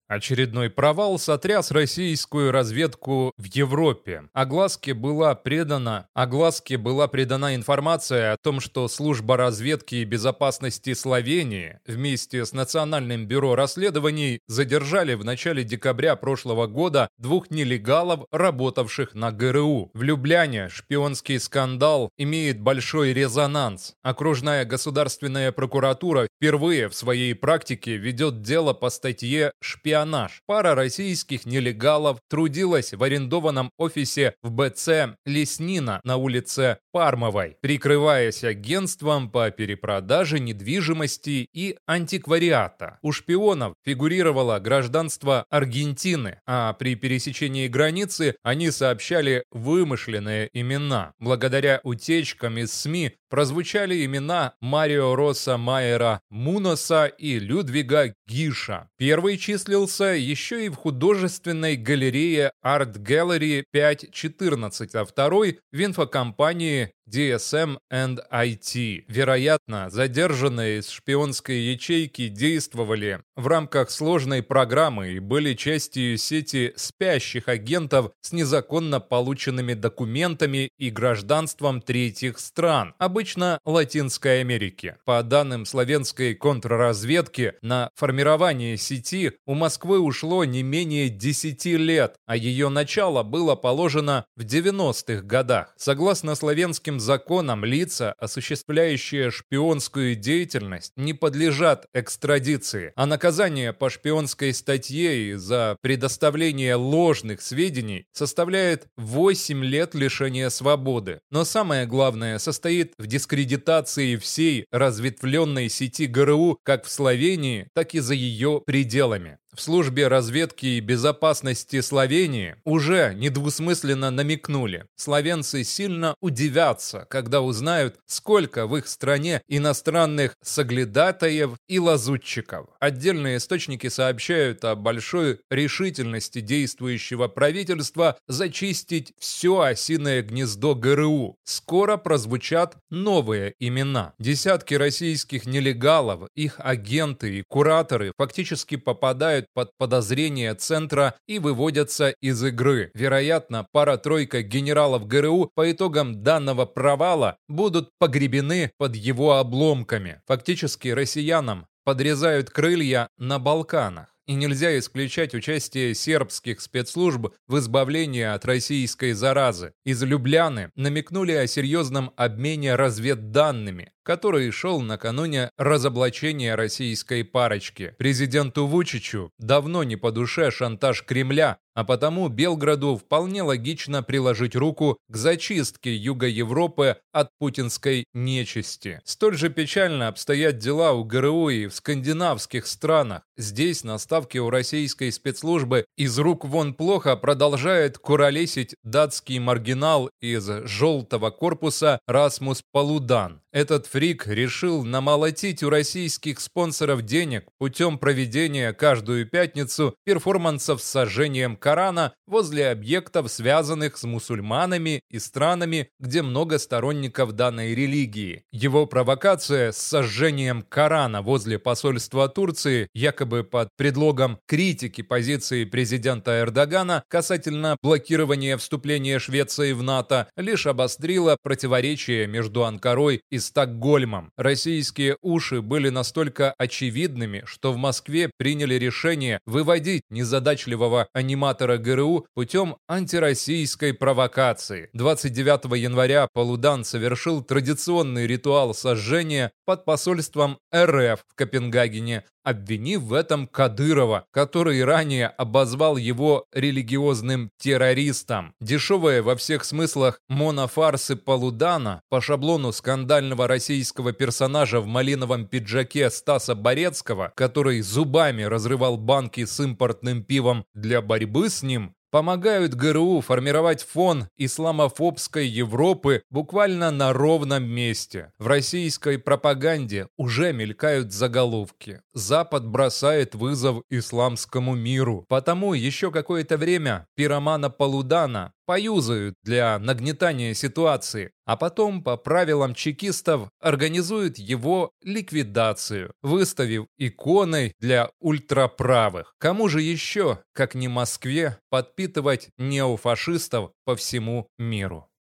Очередной провал сотряс российскую разведку в Европе. Огласке была предана информация о том, что служба разведки и безопасности Словении вместе с Национальным бюро расследований задержали в начале декабря прошлого года двух нелегалов, работавших на ГРУ. В Любляне шпионский скандал имеет большой резонанс. Окружная государственная прокуратура впервые в своей практике ведет дело по статье «Шпионаж». Пара российских нелегалов трудилась в арендованном офисе в БЦ «Леснина» на улице Пармовой, прикрываясь агентством по перепродаже недвижимости и антиквариата. У шпионов фигурировало гражданство Аргентины, а при пересечении границы они сообщали вымышленные имена. Благодаря утечкам из СМИ прозвучали имена Марио Росса Майера Муноса и Людвига Гиша. Первый числился еще и в художественной галерее Art Gallery 514, а второй в инфокомпании DSM IT. Вероятно, задержанные из шпионской ячейки действовали в рамках сложной программы и были частью сети спящих агентов с незаконно полученными документами и гражданством третьих стран, обычно Латинской Америки. По данным словенской контрразведки, на формирование сети у Москвы ушло не менее 10 лет, а ее начало было положено в 90-х годах. Согласно словенским законам, лица, осуществляющие шпионскую деятельность, не подлежат экстрадиции, а наказание по шпионской статье и за предоставление ложных сведений составляет 8 лет лишения свободы. Но самое главное состоит в дискредитации всей разветвленной сети ГРУ как в Словении, так и за ее пределами. В службе разведки и безопасности Словении уже недвусмысленно намекнули. Словенцы сильно удивятся, когда узнают, сколько в их стране иностранных соглядатаев и лазутчиков. Отдельные источники сообщают о большой решительности действующего правительства зачистить все осиное гнездо ГРУ. Скоро прозвучат новые имена. Десятки российских нелегалов, их агенты и кураторы фактически попадают под подозрение Центра и выводятся из игры. Вероятно, пара-тройка генералов ГРУ по итогам данного провала будут погребены под его обломками. Фактически россиянам подрезают крылья на Балканах. И нельзя исключать участие сербских спецслужб в избавлении от российской заразы. Из Любляны намекнули о серьезном обмене разведданными, который шел накануне разоблачения российской парочки. Президенту Вучичу давно не по душе шантаж Кремля, а потому Белграду вполне логично приложить руку к зачистке Юга Европы от путинской нечисти. Столь же печально обстоят дела у ГРУ и в скандинавских странах. Здесь на ставке у российской спецслужбы из рук вон плохо продолжает куролесить датский маргинал из желтого корпуса Расмус Палудан. Этот фрик решил намолотить у российских спонсоров денег путем проведения каждую пятницу перформансов с сожжением Корана возле объектов, связанных с мусульманами и странами, где много сторонников данной религии. Его провокация с сожжением Корана возле посольства Турции, якобы под предлогом критики позиции президента Эрдогана касательно блокирования вступления Швеции в НАТО, лишь обострила противоречия между Анкарой и Стокгольмом. Российские уши были настолько очевидными, что в Москве приняли решение выводить незадачливого аниматора ГРУ путем антироссийской провокации. 29 января Палудан совершил традиционный ритуал сожжения под посольством РФ в Копенгагене, обвинив в этом Кадырова, который ранее обозвал его религиозным террористом. Дешевые во всех смыслах монофарсы Палудана по шаблону скандального российского персонажа в малиновом пиджаке Стаса Борецкого, который зубами разрывал банки с импортным пивом для борьбы с ним, помогают ГРУ формировать фон исламофобской Европы буквально на ровном месте. В российской пропаганде уже мелькают заголовки: «Запад бросает вызов исламскому миру». Потому еще какое-то время пиромана Палудана поюзают для нагнетания ситуации, а потом по правилам чекистов организуют его ликвидацию, выставив иконой для ультраправых. Кому же еще, как не Москве, подпитывать неофашистов по всему миру?